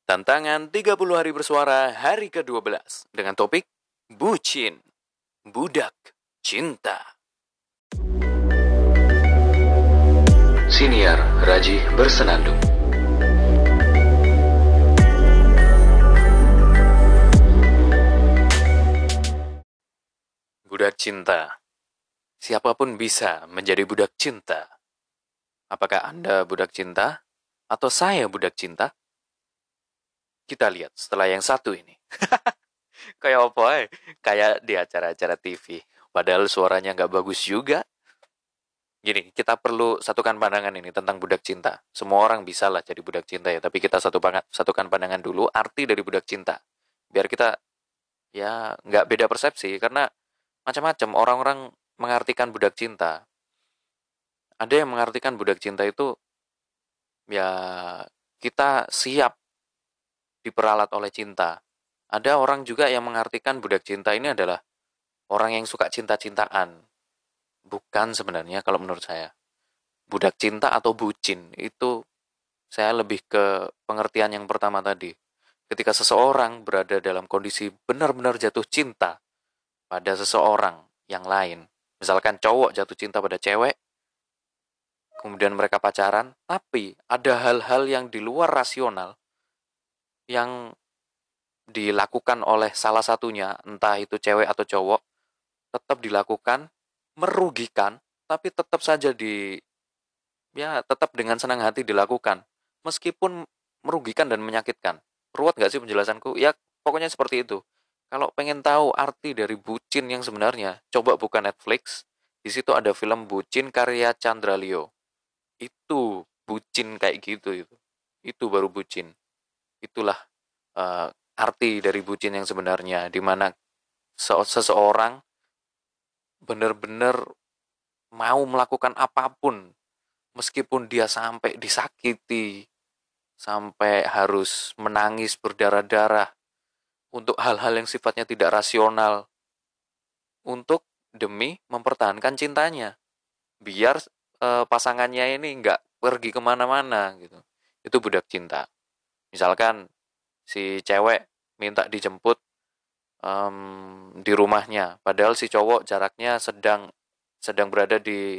Tantangan 30 hari bersuara hari ke-12 dengan topik Bucin, Budak Cinta. Siniar Raji Bersenandung. Budak cinta. Siapapun bisa menjadi budak cinta. Apakah Anda budak cinta? Atau saya budak cinta? Kita lihat setelah yang satu ini. Kayak apa ya? Kayak di acara-acara TV. Padahal suaranya nggak bagus juga. Gini, kita perlu satukan pandangan ini tentang budak cinta. Semua orang bisa lah jadi budak cinta ya, tapi kita satukan pandangan dulu arti dari budak cinta. Biar kita ya nggak beda persepsi, karena macam-macam orang-orang mengartikan budak cinta. Ada yang mengartikan budak cinta itu ya kita siap diperalat oleh cinta. Ada orang juga yang mengartikan budak cinta ini adalah orang yang suka cinta-cintaan. Bukan sebenarnya kalau menurut saya. Budak cinta atau bucin itu saya lebih ke pengertian yang pertama tadi. Ketika seseorang berada dalam kondisi benar-benar jatuh cinta pada seseorang yang lain. Misalkan cowok jatuh cinta pada cewek, kemudian mereka pacaran, tapi ada hal-hal yang di luar rasional yang dilakukan oleh salah satunya, entah itu cewek atau cowok, tetap dilakukan, merugikan, tapi tetap saja tetap dengan senang hati dilakukan. Meskipun merugikan dan menyakitkan. Ruwet gak sih penjelasanku? Ya, pokoknya seperti itu. Kalau pengen tahu arti dari bucin yang sebenarnya, coba buka Netflix. Di situ ada film Bucin karya Chandra Leo. Itu bucin kayak gitu itu. Itu baru bucin. Itulah arti dari bucin yang sebenarnya, di mana seseorang benar-benar mau melakukan apapun meskipun dia sampai disakiti, sampai harus menangis berdarah-darah untuk hal-hal yang sifatnya tidak rasional, untuk demi mempertahankan cintanya, biar pasangannya ini nggak pergi kemana-mana gitu. Itu budak cinta. Misalkan si cewek minta dijemput di rumahnya, padahal si cowok jaraknya sedang berada di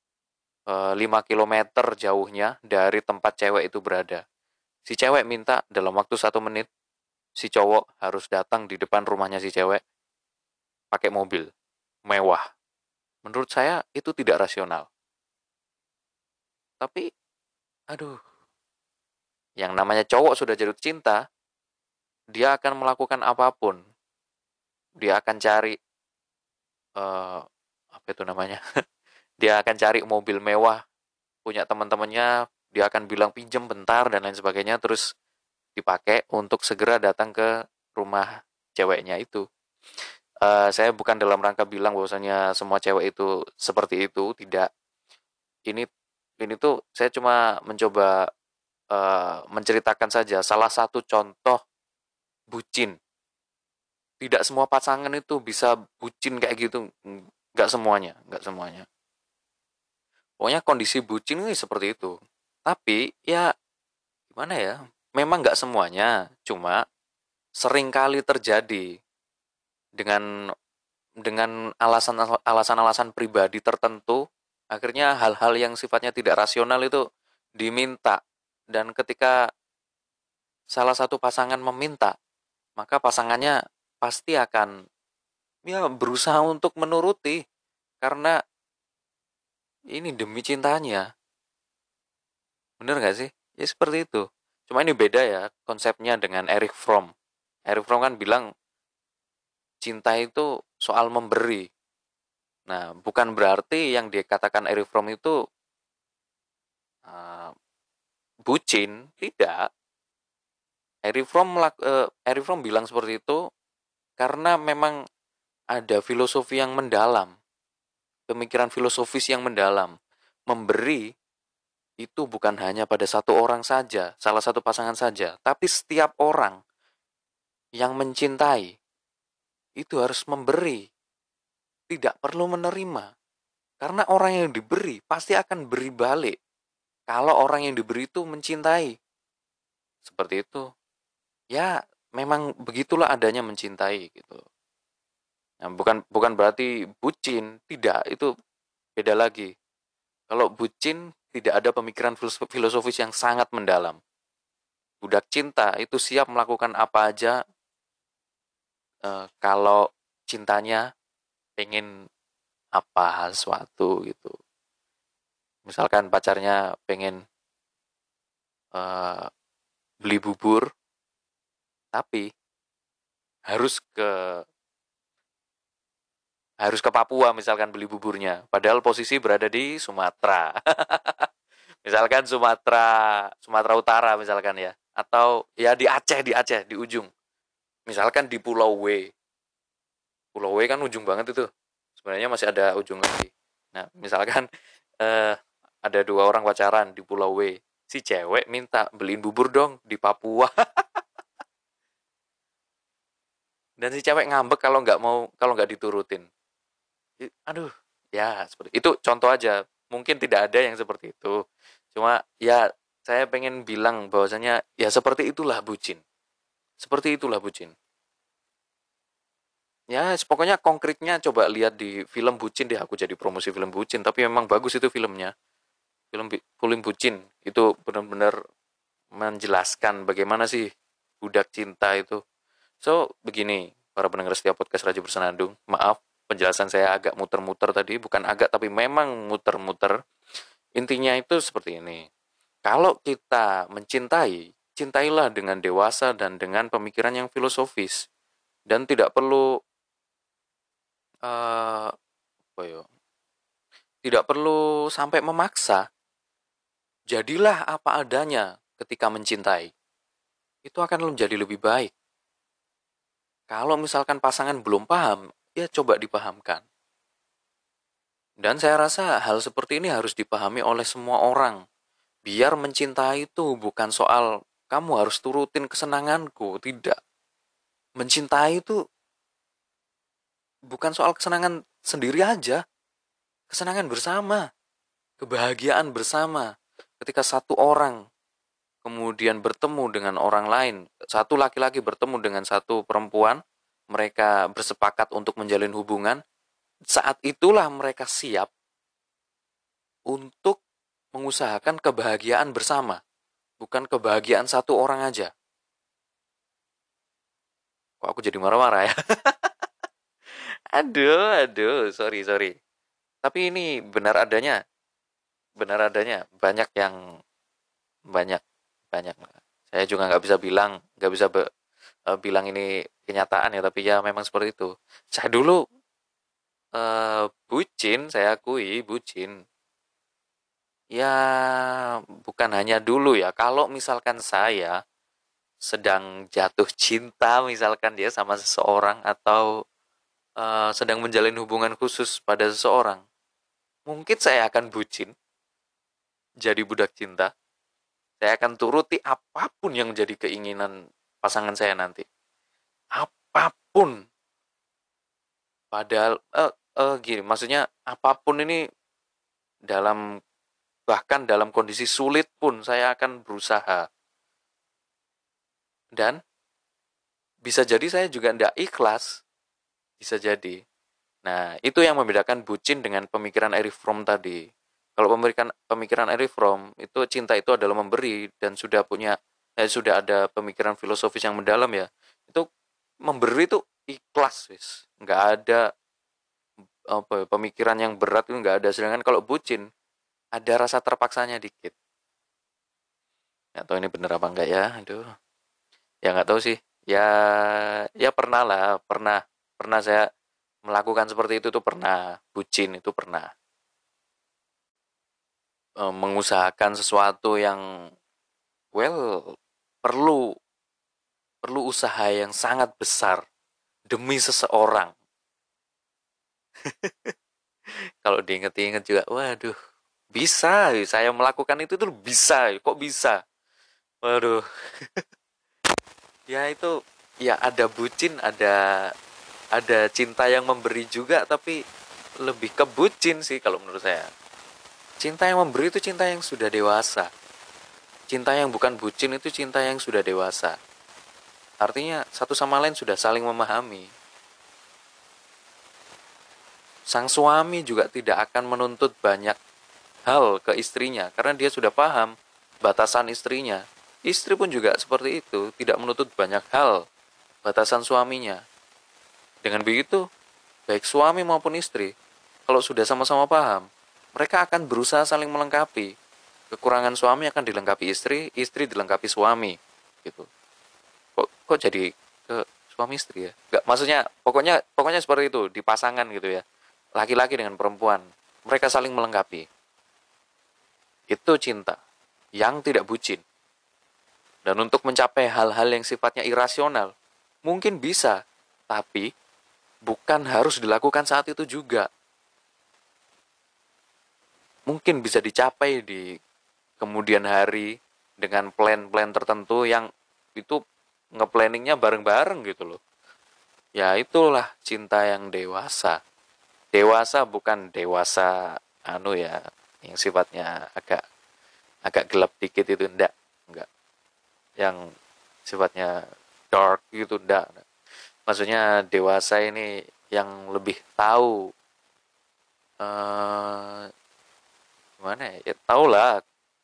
5 kilometer jauhnya dari tempat cewek itu berada. Si cewek minta dalam waktu 1 menit, si cowok harus datang di depan rumahnya si cewek pakai mobil mewah. Menurut saya itu tidak rasional. Tapi, aduh, yang namanya cowok sudah jatuh cinta, dia akan melakukan apapun. Dia akan cari, apa itu namanya? Dia akan cari mobil mewah, punya teman-temannya, dia akan bilang pinjem bentar dan lain sebagainya, terus dipakai untuk segera datang ke rumah ceweknya itu. Saya bukan dalam rangka bilang bahwasanya semua cewek itu seperti itu, tidak. Ini ini tuh saya cuma mencoba menceritakan saja salah satu contoh bucin. Tidak semua pasangan itu bisa bucin kayak gitu, nggak semuanya, nggak semuanya. Pokoknya kondisi bucin ini seperti itu. Tapi ya gimana ya? Memang nggak semuanya, cuma seringkali terjadi dengan alasan-alasan pribadi tertentu, akhirnya hal-hal yang sifatnya tidak rasional itu diminta. Dan ketika salah satu pasangan meminta, maka pasangannya pasti akan berusaha untuk menuruti, karena ini demi cintanya. Bener gak sih? Ya seperti itu. Cuma ini beda ya konsepnya dengan Erich Fromm. Erich Fromm kan bilang cinta itu soal memberi. Nah, bukan berarti yang dikatakan Erich Fromm itu bucin, tidak. Erich Fromm bilang seperti itu karena memang ada filosofi yang mendalam, pemikiran filosofis yang mendalam. Memberi itu bukan hanya pada satu orang saja, salah satu pasangan saja, tapi setiap orang yang mencintai itu harus memberi, tidak perlu menerima. Karena orang yang diberi pasti akan beri balik. Kalau orang yang diberi itu mencintai. Seperti itu. Ya, memang begitulah adanya mencintai gitu. Nah, bukan bukan berarti bucin, tidak, itu beda lagi. Kalau bucin tidak ada pemikiran filosofis yang sangat mendalam. Budak cinta itu siap melakukan apa aja kalau cintanya pengen apa sesuatu gitu. Misalkan pacarnya pengen eh, beli bubur, tapi harus ke harus ke Papua misalkan beli buburnya. Padahal posisi berada di Sumatera. Misalkan Sumatera Utara misalkan ya. Atau ya di Aceh, di ujung. Misalkan di Pulau W. Pulau W kan ujung banget itu. Sebenarnya masih ada ujung lagi. Nah, misalkan eh, ada dua orang pacaran di Pulau W. Si cewek minta beliin bubur dong di Papua. Dan si cewek ngambek kalau nggak diturutin. Aduh, ya seperti itu contoh aja. Mungkin tidak ada yang seperti itu. Cuma ya saya pengen bilang bahwasanya ya seperti itulah bucin. Seperti itulah bucin. Ya, pokoknya konkretnya coba lihat di film Bucin deh. Aku jadi promosi film Bucin, tapi memang bagus itu filmnya. Film Bucin itu benar-benar menjelaskan bagaimana sih budak cinta itu. So, begini, para pendengar setiap podcast Raja Bersenandung. Maaf, penjelasan saya agak muter-muter tadi. Bukan agak, tapi memang muter-muter. Intinya itu seperti ini. Kalau kita mencintai, cintailah dengan dewasa dan dengan pemikiran yang filosofis. Dan tidak perlu apa ya? Tidak perlu sampai memaksa. Jadilah apa adanya ketika mencintai. Itu akan menjadi lebih baik. Kalau misalkan pasangan belum paham, ya coba dipahamkan. Dan saya rasa hal seperti ini harus dipahami oleh semua orang. Biar mencintai itu bukan soal kamu harus turutin kesenanganku, tidak. Mencintai itu bukan soal kesenangan sendiri aja, kesenangan bersama, kebahagiaan bersama. Ketika satu orang kemudian bertemu dengan orang lain, satu laki-laki bertemu dengan satu perempuan, mereka bersepakat untuk menjalin hubungan, saat itulah mereka siap untuk mengusahakan kebahagiaan bersama, bukan kebahagiaan satu orang aja. Kok aku jadi marah-marah ya? Aduh, sorry. Tapi ini benar adanya. Banyak, banyak. Saya juga nggak bisa bilang ini kenyataan ya, tapi ya memang seperti itu. Saya dulu bucin, saya akui bucin. Ya, bukan hanya dulu ya. Kalau misalkan saya sedang jatuh cinta misalkan dia sama seseorang atau sedang menjalin hubungan khusus pada seseorang, mungkin saya akan bucin, jadi budak cinta. Saya akan turuti apapun yang menjadi keinginan pasangan saya nanti. Apapun. Padahal gini, maksudnya apapun ini dalam bahkan dalam kondisi sulit pun saya akan berusaha. Dan bisa jadi saya juga tidak ikhlas, bisa jadi. Nah, itu yang membedakan bucin dengan pemikiran Erich Fromm tadi. Kalau pemikiran Erich Fromm itu cinta itu adalah memberi dan sudah ada pemikiran filosofis yang mendalam ya. Itu memberi itu ikhlas wis. Nggak ada pemikiran yang berat itu nggak ada. Sedangkan kalau bucin ada rasa terpaksanya dikit. Nggak tahu ini bener apa enggak ya. Aduh. Ya nggak tahu sih. Ya ya pernah lah, pernah saya melakukan seperti itu tuh pernah. Bucin itu pernah. Mengusahakan sesuatu yang well perlu perlu usaha yang sangat besar demi seseorang. Kalau diinget-inget juga, waduh, bisa saya melakukan itu tuh bisa, kok bisa? Waduh, ya itu ya ada bucin, ada cinta yang memberi juga, tapi lebih ke bucin sih kalau menurut saya. Cinta yang memberi itu cinta yang sudah dewasa. Cinta yang bukan bucin itu cinta yang sudah dewasa. Artinya satu sama lain sudah saling memahami. Sang suami juga tidak akan menuntut banyak hal ke istrinya karena dia sudah paham batasan istrinya. Istri pun juga seperti itu, tidak menuntut banyak hal batasan suaminya. Dengan begitu, baik suami maupun istri, kalau sudah sama-sama paham, mereka akan berusaha saling melengkapi. Kekurangan suami akan dilengkapi istri, istri dilengkapi suami, gitu. Kok jadi ke suami istri ya? Gak, maksudnya pokoknya seperti itu di pasangan gitu ya. Laki-laki dengan perempuan, mereka saling melengkapi. Itu cinta yang tidak bucin. Dan untuk mencapai hal-hal yang sifatnya irasional, mungkin bisa, tapi bukan harus dilakukan saat itu juga. Mungkin bisa dicapai di kemudian hari dengan plan-plan tertentu yang itu ngeplanningnya bareng-bareng gitu loh. Ya itulah cinta yang dewasa. Dewasa bukan dewasa ya, yang sifatnya agak agak gelap dikit itu enggak. Yang sifatnya dark gitu enggak. Maksudnya dewasa ini yang lebih tahu eh gimana ya? Ya tahu lah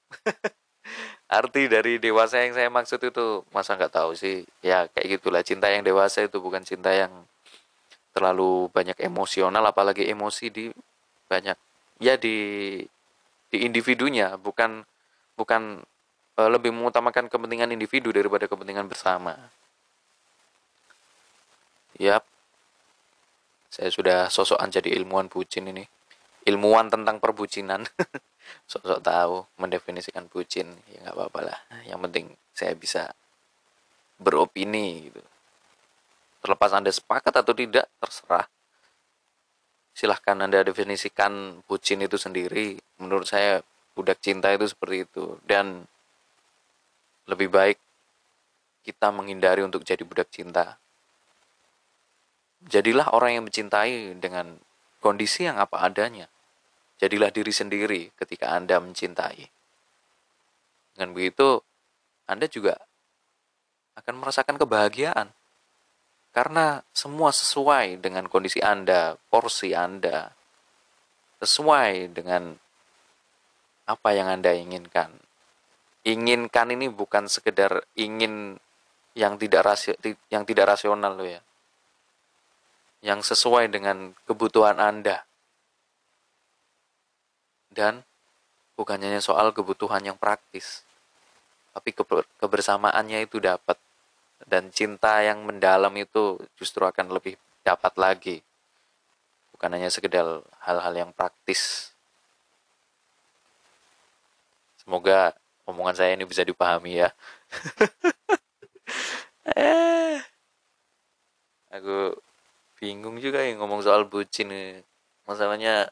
arti dari dewasa yang saya maksud itu. Masa nggak tahu sih? Ya kayak gitulah, cinta yang dewasa itu bukan cinta yang terlalu banyak emosional, apalagi emosi di banyak ya di individunya, bukan bukan lebih mengutamakan kepentingan individu daripada kepentingan bersama. Yap, saya sudah sosokan jadi ilmuwan bucin ini. Ilmuwan tentang perbucinan. Sok-sok tahu mendefinisikan bucin. Ya nggak apa-apa lah. Yang penting saya bisa beropini gitu. Terlepas Anda sepakat atau tidak, terserah. Silahkan Anda definisikan bucin itu sendiri. Menurut saya budak cinta itu seperti itu. Dan lebih baik kita menghindari untuk jadi budak cinta. Jadilah orang yang mencintai dengan kondisi yang apa adanya. Jadilah diri sendiri ketika Anda mencintai. Dengan begitu, Anda juga akan merasakan kebahagiaan. Karena semua sesuai dengan kondisi Anda, porsi Anda, sesuai dengan apa yang Anda inginkan. Inginkan ini bukan sekedar ingin yang tidak rasional loh ya. Yang sesuai dengan kebutuhan Anda. Dan bukan hanya soal kebutuhan yang praktis, tapi kebersamaannya itu dapat. Dan cinta yang mendalam itu justru akan lebih dapat lagi. Bukan hanya sekedar hal-hal yang praktis. Semoga omongan saya ini bisa dipahami ya. Aku bingung juga ya ngomong soal bucin. Masalahnya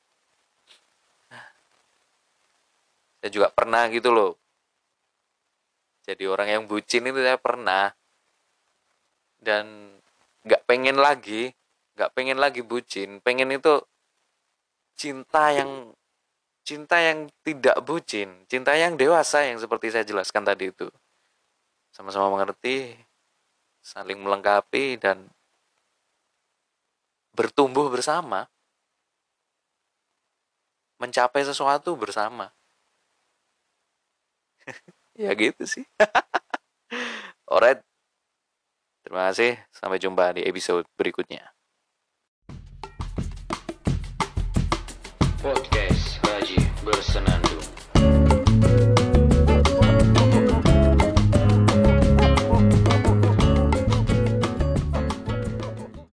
saya juga pernah gitu loh. Jadi orang yang bucin itu saya pernah. Dan gak pengen lagi bucin. Pengen itu cinta yang cinta yang tidak bucin, cinta yang dewasa yang seperti saya jelaskan tadi itu. Sama-sama mengerti, saling melengkapi, dan bertumbuh bersama, mencapai sesuatu bersama. Ya gitu sih. Alright, terima kasih. Sampai jumpa di episode berikutnya. Podcast